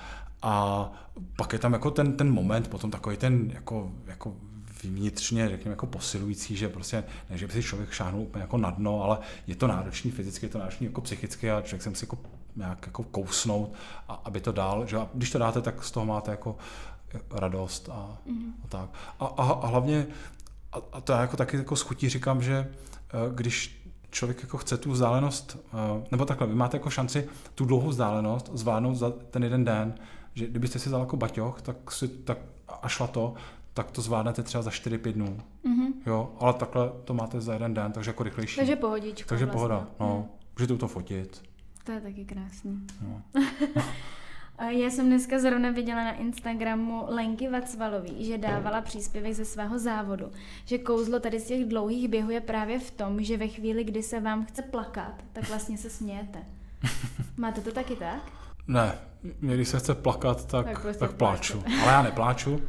A pak je tam jako ten, ten moment, potom takový ten jako, jako vnitřně, řekněme, jako posilující, že prostě ne, že by si člověk šáhnul úplně jako na dno, ale je to náročný fyzicky, je to náročný jako psychicky, a člověk se musí jako nějak jako kousnout, a aby to dál, že a když to dáte, tak z toho máte jako radost a, mm. a tak. A, a, a hlavně, a, a to já jako taky jako s chutí říkám, že když člověk jako chce tu vzdálenost, nebo takhle, vy máte jako šanci tu dlouhou vzdálenost zvládnout za ten jeden den, že kdybyste si vzal jako baťoch, tak si, tak a šla to, tak to zvládnete třeba za čtyři pět dnů. Mm-hmm. Jo, ale takhle to máte za jeden den, takže jako rychlejší. Takže pohodička. Takže vlastně. pohoda, no. Mm. Můžete to fotit. To je taky krásný. No. Já jsem dneska zrovna viděla na Instagramu Lenky Vacvalový, že dávala příspěvek ze svého závodu, že kouzlo tady z těch dlouhých běhů je právě v tom, že ve chvíli, kdy se vám chce plakat, tak vlastně se smějete. Máte to taky tak? Ne, mě když se chce plakat, tak, tak, prostě tak pláču. Ale já nepláču.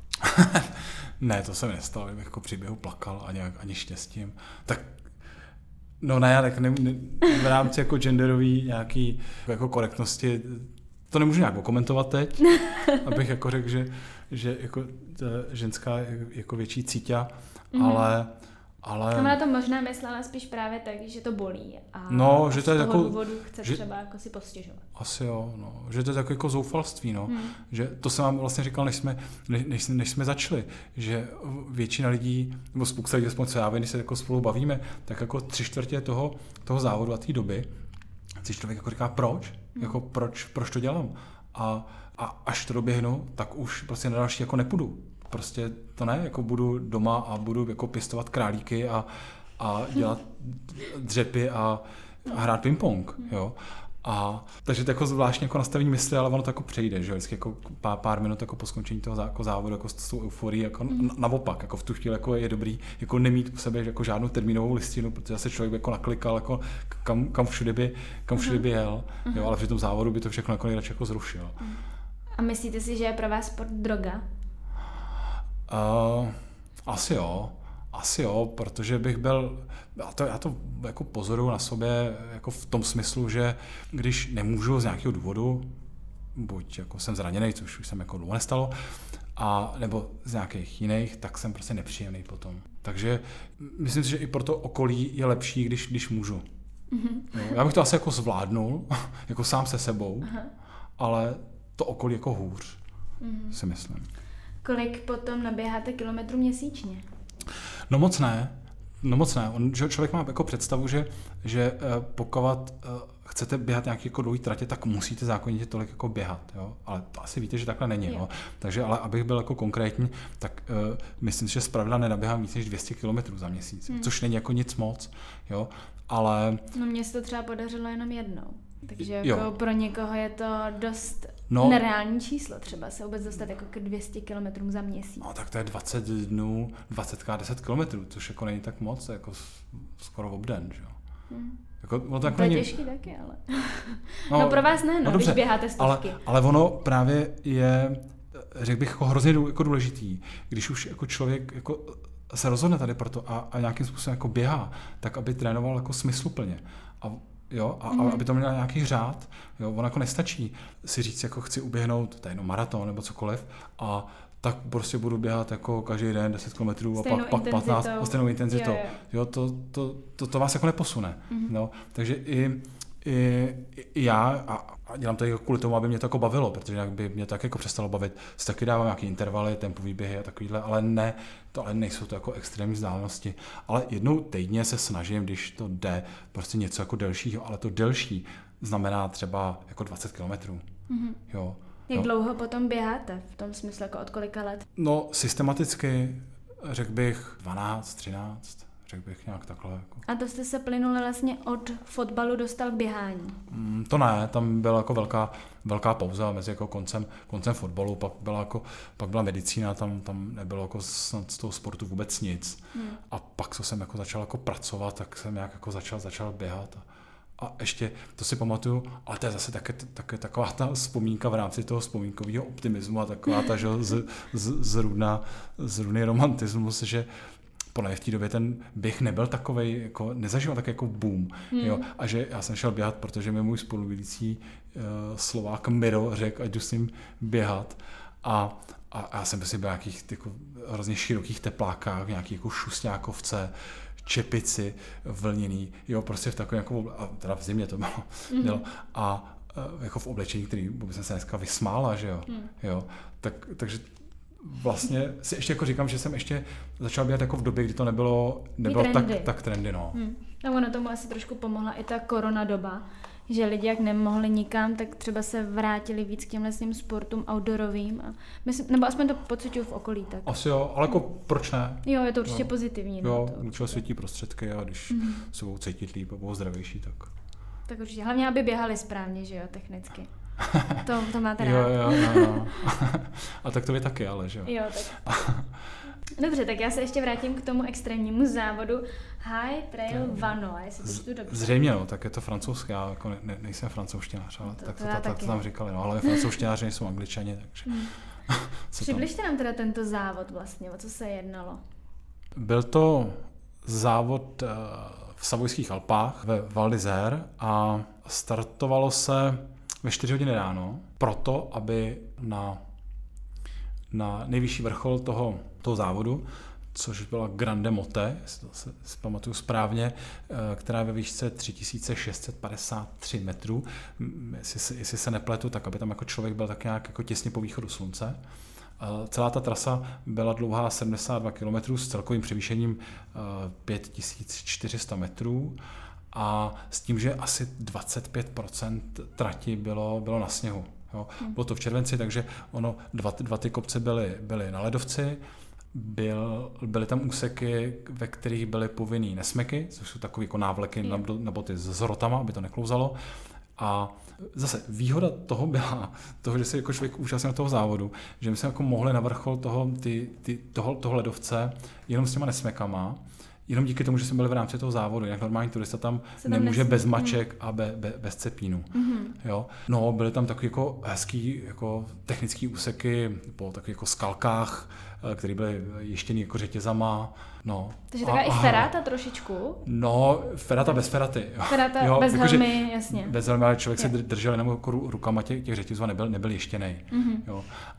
Ne, to se mi nestalo, kdybych jako při běhu plakal ani, ani štěstím. Tak no ne, tak ne, ne, v rámci jako genderový nějaký jako korektnosti to nemůžu nějak komentovat teď, abych jako řekl, že, že jako ženská je jako větší cíťa, mm-hmm. ale, Ale... A na to možná myslela spíš právě tak, že to bolí a no, že to je z toho jako, důvodu chce že, třeba jako si postěžovat. Asi jo, no, že to je takové jako zoufalství, no. Hmm. Že to jsem vám vlastně říkal, než jsme, než, než jsme začali, že většina lidí, nebo spousta lidí, aspoň co já vím, když se jako spolu bavíme, tak jako tři čtvrtě toho, toho závodu a té doby si člověk jako říká, proč? Hmm. Jako proč, proč to dělám? A, a až to doběhnu, tak už prostě na další jako nepůjdu. Prostě to ne, jako budu doma a budu jako pěstovat králíky a, a dělat dřepy a, a hrát ping-pong, jo. A takže to jako zvláštně jako nastavení mysli, ale ono to jako přejde, že vždycky jako pár, pár minut jako po skončení toho jako závodu jako s tou euforií jako mm. naopak, jako v tu chvíli jako je dobrý jako nemít u sebe jako žádnou termínovou listinu, protože zase člověk by jako naklikal jako kam, kam všude by, kam všude by jel, mm. jo, ale při tom závodu by to všechno jako nejradši jako zrušil. A myslíte si, že je pro vás sport droga? Uh, asi jo. Asi jo, protože bych byl, já to, já to jako pozoruju na sobě jako v tom smyslu, že když nemůžu z nějakého důvodu, buď jako jsem zraněný, což už jsem jako dlouho nestalo, a nebo z nějakých jiných, tak jsem prostě nepříjemný potom. Takže myslím si, že i pro to okolí je lepší, když, když můžu. Mm-hmm. Já bych to asi jako zvládnul, jako sám se sebou, aha, ale to okolí jako hůř, mm-hmm, si myslím. Kolik potom naběháte kilometrů měsíčně? No moc ne, no moc ne. On, že člověk má jako představu, že, že pokud chcete běhat nějaký jako dlouhý tratě, tak musíte zákonitě tolik jako běhat, jo? Ale to asi víte, že takhle není, jo. Takže ale abych byl jako konkrétní, tak uh, myslím, že zpravidla nenaběhám víc než dvě stě kilometrů za měsíc, hmm. což není jako nic moc, jo, ale... No mně se to třeba podařilo jenom jednou. Takže jako jo, pro někoho je to dost no, nereální číslo, třeba se vůbec dostat jako k dvě stě kilometrům za měsíc. No tak to je dvacet dnů, dvacet krát deset kilometrů, což jako není tak moc, to je jako skoro obden, že jo. Hmm. Jako, no to, jako to je není... těžký taky, ale... No, no pro vás ne, no, no dobře, když běháte stovky. Ale, ale ono právě je, řekl bych, jako hrozně jako důležitý, když už jako člověk jako se rozhodne tady pro to a, a nějakým způsobem jako běhá, tak aby trénoval jako smysluplně. A jo, a, mm. aby to měl nějaký řád, jo, ono jako nestačí si říct, jako chci uběhnout tady no maraton nebo cokoliv a tak prostě budu běhat jako každý den deset kilometrů a pak, pak patnáct a stejnou intenzitou. Jo, jo. Jo, to, to, to, to vás jako neposune. Mm. No, takže i, i, i já a, a dělám to kvůli tomu, aby mě to jako bavilo, protože jinak by mě tak jako přestalo bavit. Si taky dávám nějaké intervaly, tempový běhy a takovýhle, ale ne, to ale nejsou to jako extrémní vzdálenosti. Ale jednou týdně se snažím, když to jde, prostě něco jako delšího, ale to delší znamená třeba jako dvacet kilometrů. Mm-hmm. Jo. Jak no. dlouho potom běháte? V tom smyslu jako od kolika let? No systematicky řekl bych dvanáct, třináct, řekl bych nějak takhle. Jako. A to jste se plynule vlastně od fotbalu dostal k běhání? Mm, to ne, tam byla jako velká, velká pauza mezi jako koncem, koncem fotbalu, pak byla, jako, pak byla medicína, tam, tam nebylo jako z, z toho sportu vůbec nic. Hmm. A pak, co jsem jako začal jako pracovat, tak jsem nějak jako začal, začal běhat. A, a ještě, to si pamatuju, ale to je zase také, také taková ta vzpomínka v rámci toho vzpomínkového optimismu a taková ta, že z, z, zrůdná, zrůdný romantismus, že podle mě v té době ten běh nebyl takovej, jako nezažíval tak jako boom, hmm. jo, a že já jsem šel běhat, protože mi můj spolubydlící uh, Slovák Miro řekl, ať jdu s ním běhat a, a, a já jsem prostě byl v nějakých jako, hrozně širokých teplákách, v nějaký jako šusťákovce, čepici vlněný, jo, prostě v takovém jako, a teda v zimě to bylo, mm-hmm. bylo a uh, jako v oblečení, který vůbec jsem se dneska vysmála, že jo, mm. jo, tak, takže vlastně si ještě jako říkám, že jsem ještě začal běhat jako v době, kdy to nebylo, nebylo tak, tak trendy, no. Hmm. No ono tomu asi trošku pomohla i ta korona doba, že lidi jak nemohli nikam, tak třeba se vrátili víc k těmhle svým sportům outdoorovým, a myslím, nebo aspoň to pociťuju v okolí. Tak. Asi jo, ale jako proč ne? Jo, je to určitě jo. pozitivní. Jo, určitě světí prostředky a když mm-hmm. se budou cítit líp a budou zdravější, tak... Tak určitě, hlavně aby běhali správně, že jo, technicky. To, to máte rád. Jo, jo, jo, jo. A tak to vy taky, ale že jo. Jo, tak. Dobře, tak já se ještě vrátím k tomu extrémnímu závodu High Trail Vano, jestli to čtu dobře. Zřejmě, no, tak je to francouzské, já jako ne, ne, nejsem francouzštinář, ale to, tak to, to, to, to tam říkali, no, ale francouzštináři nejsou Angličani, takže... Hmm. Přibližte nám teda tento závod vlastně, o co se jednalo? Byl to závod v Savojských Alpách ve Val d'Isère a startovalo se ve čtyři hodiny ráno, proto, aby na, na nejvyšší vrchol toho, toho závodu což byla Grande Motte, jestli to se pamatuju správně, která je ve výšce tři tisíce šest set padesát tři metrů. Jestli se, jestli se nepletu, tak aby tam jako člověk byl tak nějak jako těsně po východu slunce. Celá ta trasa byla dlouhá sedmdesát dva kilometrů s celkovým převýšením pět tisíc čtyři sta metrů a s tím, že asi dvacet pět procent trati bylo, bylo na sněhu. Jo. Bylo to v červenci, takže ono, dva, dva ty kopce byly, byly na ledovci, byl, byly tam úseky, ve kterých byly povinný nesmeky, což jsou takové jako návleky na, na boty s rotama, aby to neklouzalo. A zase výhoda toho byla, toho, že se jako člověk účastnil toho závodu, že my jsme jako mohli na vrchol toho, ty, ty, toho, toho ledovce jenom s těma nesmekama, jenom díky tomu, že jsme byli v rámci toho závodu, jinak normální turista tam, tam nemůže nesmí. Bez maček a be, be, bez cepínů. Mm-hmm. Jo? No, byly tam takový jako hezký jako technický úseky po takových jako skalkách, které byly ještěný jako řetězama. No. Takže taková i feráta trošičku? No, feráta bez feraty. Feráta jo, bez jako, helmy, jasně. Bez helmy, ale člověk je. se držel jenom jako rukama těch, těch řetězů a nebyl, nebyl ještěnej. Mm-hmm. Jo.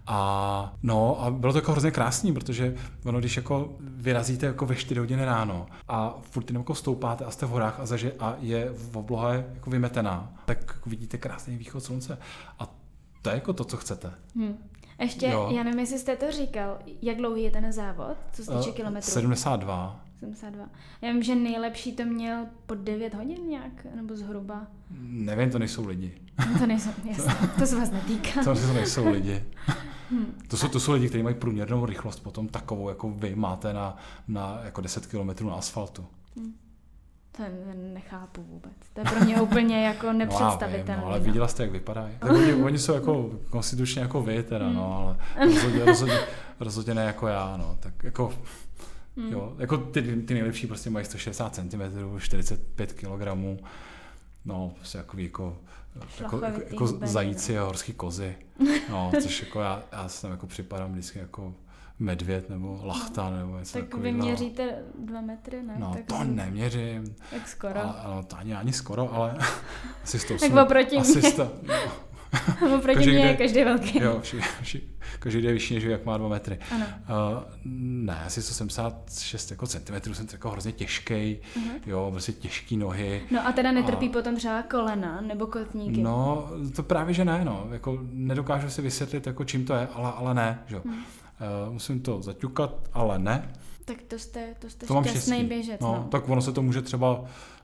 A, no, a bylo to jako hrozně krásný, protože ono, když jako vyrazíte jako ve čtyři hodiny ráno a furt jenom jako stoupáte a jste v horách a, zaže, a je v obloha jako vymetená, tak vidíte krásný východ slunce. A to je jako to, co chcete. Hmm. Ještě, jo. Já nevím, jestli jste to říkal, jak dlouhý je ten závod, co se týče kilometrů? sedmdesát dva. sedmdesát dva. Já vím, že nejlepší to měl pod devět hodin nějak, nebo zhruba. Nevím, to nejsou lidi. No to nejsou, jasně, to se vás netýká. To, to nejsou lidi. Hmm. To jsou, to jsou lidi, kteří mají průměrnou rychlost potom takovou, jako vy máte na, na jako deset kilometrů na asfaltu. Hmm. To nechápu vůbec. To je pro mě úplně jako nepředstavitelné. No, no, ale viděla jste, jak vypadají. Tak oni, oni jsou jako konstitučně jako vy teda, no, ale rozhodně, rozhodně, rozhodně ne jako já, no. Tak jako, mm. jo, jako ty, ty nejlepší prostě mají sto šedesát centimetrů, čtyřicet pět kilogramů, no, prostě jako, jako, jako, jako zajíci a horský kozy, no, což jako já, já se tam jako připadám vždycky jako medvěd nebo lachta nebo něco tak takového. Tak vy měříte dva metry, ne? No tak to jsem... neměřím. Jak skoro. A, no to ani, ani skoro, ale asi sto tak oproti asi mě. Sto, no. Oproti mě je každý velký. Jo, vši, vši, každý je vyšší, než jak má dva metry. Ano. Uh, ne, asi sto sedmdesát šest jako centimetrů jsem jako hrozně těžký, uh-huh. jo, prostě těžký nohy. No a teda netrpí a... potom třeba kolena nebo kotníky? No, to právě, že ne, no. Jako nedokážu si vysvětlit, jako čím to je, ale, ale ne, že jo. Hmm. Uh, musím to zaťukat, ale ne. Tak to jste, to jste to šťastný běžec, no. no. Tak ono se to může třeba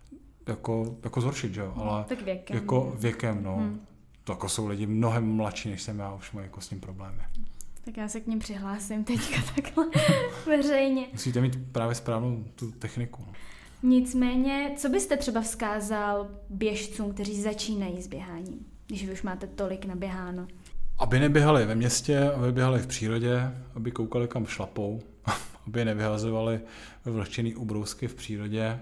jako, jako zhoršit, že jo, ale tak věkem. Jako věkem, no. Hmm. To jako jsou lidi mnohem mladší, než jsem já, už mají jako s tím problémy. Tak já se k ním přihlásím teďka takhle veřejně. Musíte mít právě správnou tu techniku. No. Nicméně, co byste třeba vzkázal běžcům, kteří začínají s běháním, když vy už máte tolik naběháno? Aby neběhali ve městě, aby běhali v přírodě, aby koukali kam šlapou, aby nevyhazovali vlhčený ubrousky v přírodě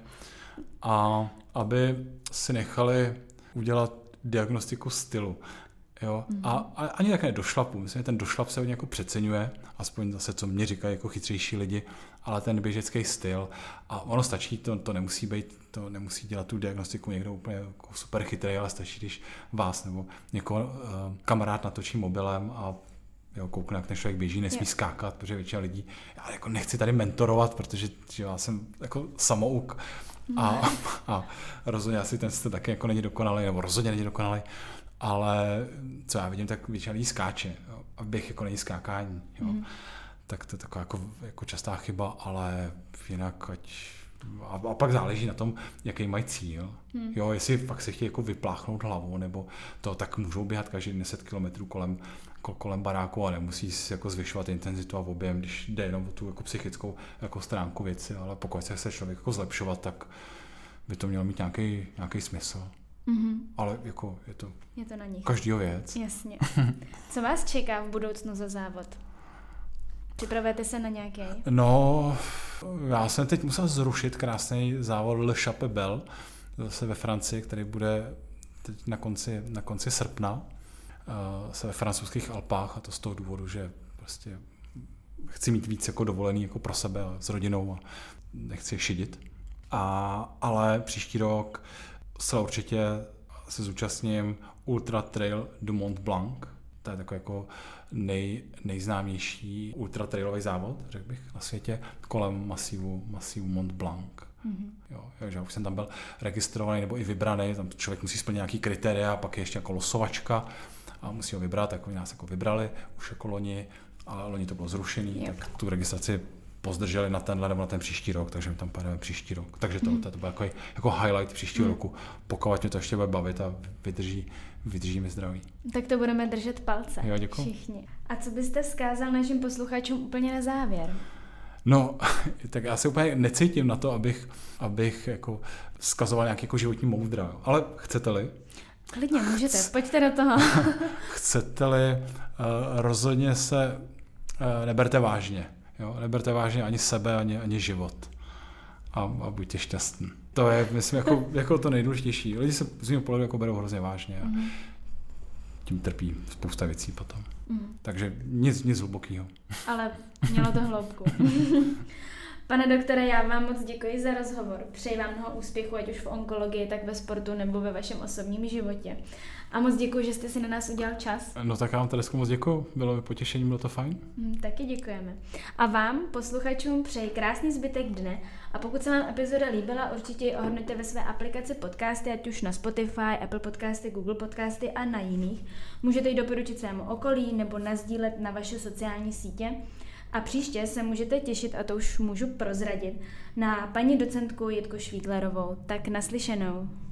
a aby si nechali udělat diagnostiku stylu. Jo? Mm-hmm. A, a ani tak ne došlapu. Myslím, že ten došlap se hodně jako přeceňuje, aspoň zase, co mě říkají jako chytřejší lidi, ale ten běžecký styl. A ono stačí, to, to nemusí být, to nemusí dělat tu diagnostiku někdo úplně jako super chytrý, ale stačí, když vás nebo někoho uh, kamarád natočí mobilem a jo, koukne, jak ten člověk běží, nesmí yeah. skákat, protože většina lidí, já jako nechci tady mentorovat, protože že já jsem jako samouk a, a rozhodně asi ten styl taky jako není dokonalý, nebo rozhodně není dokonalý. Ale co já vidím, tak většina lidí skáče. Jo. A běh jako není skákání. Jo. Mm. Tak to je taková jako, jako častá chyba, ale jinak ať... A, a pak záleží na tom, jaký mají cíl. Mm. Jo, jestli fakt se chtějí jako vypláchnout hlavou, nebo to, tak můžou běhat každý deset kilometrů kolem, kolem baráku a nemusí si jako zvyšovat intenzitu a objem, když jde jenom o tu jako psychickou jako stránku věci. Ale pokud se chce člověk jako zlepšovat, tak by to mělo mít nějaký, nějaký smysl. Mm-hmm. Ale jako je to, je to na nich. Každýho věc. Jasně. Co vás čeká v budoucnu za závod? Připravujete se na nějaký? No, já jsem teď musel zrušit krásný závod Le Chape Belle, zase ve Francii, který bude teď na konci, na konci srpna, uh, se ve francouzských Alpách, a to z toho důvodu, že prostě chci mít víc jako dovolený jako pro sebe a s rodinou a nechci šidit. A, ale příští rok zcela určitě se zúčastním Ultra Trail du Mont Blanc, To je takový jako nej, nejznámější ultratrailový závod, řekl bych, na světě, kolem masívu, masívu Mont Blanc. Mm-hmm. Jo, takže už jsem tam byl registrovaný nebo i vybraný, tam člověk musí splnit nějaký kritéria, pak je ještě jako losovačka a musí ho vybrat, tak oni nás jako vybrali už jako loni, ale loni to bylo zrušený, yep. tak tu registraci pozdrželi na tenhle nebo na ten příští rok, takže my tam pojedeme příští rok. Takže to, mm. to, to byl jako, jako highlight příštího mm. roku. Pokud mě to ještě bude bavit a vydrží, vydrží mi zdraví. Tak to budeme držet palce. Jo, děkuji. Všichni. A co byste vzkázal našim posluchačům úplně na závěr? No, tak já se úplně necítím na to, abych, abych jako vzkazoval nějaký jako životní moudra. Ale chcete-li? Klidně, můžete, chc... pojďte do toho. Chcete-li, uh, rozhodně se uh, neberte vážně. Jo? Neberte vážně ani sebe, ani, ani život. A, a buďte šťastní. To je, myslím, jako, jako to nejdůležitější. Lidi se z mého pohledu jako berou hrozně vážně. A mm. tím trpí spousta věcí potom. Mm. Takže nic, nic hlubokýho. Ale mělo to hloubku. Pane doktore, já vám moc děkuji za rozhovor. Přeji vám mnoho úspěchu, ať už v onkologii, tak ve sportu nebo ve vašem osobním životě. A moc děkuji, že jste si na nás udělal čas. No tak já vám Teresko moc děkuji. Bylo mi potěšení, bylo to fajn. Hmm, taky děkujeme. A vám, posluchačům, přeji krásný zbytek dne. A pokud se vám epizoda líbila, určitě ji ohodnoťte ve své aplikaci podcasty, ať už na Spotify, Apple Podcasty, Google Podcasty a na jiných. Můžete ji doporučit svému okolí nebo nasdílet na vaše sociální sítě. A příště se můžete těšit, a to už můžu prozradit, na paní docentku Jitku Švíglerovou. Tak naslyšenou.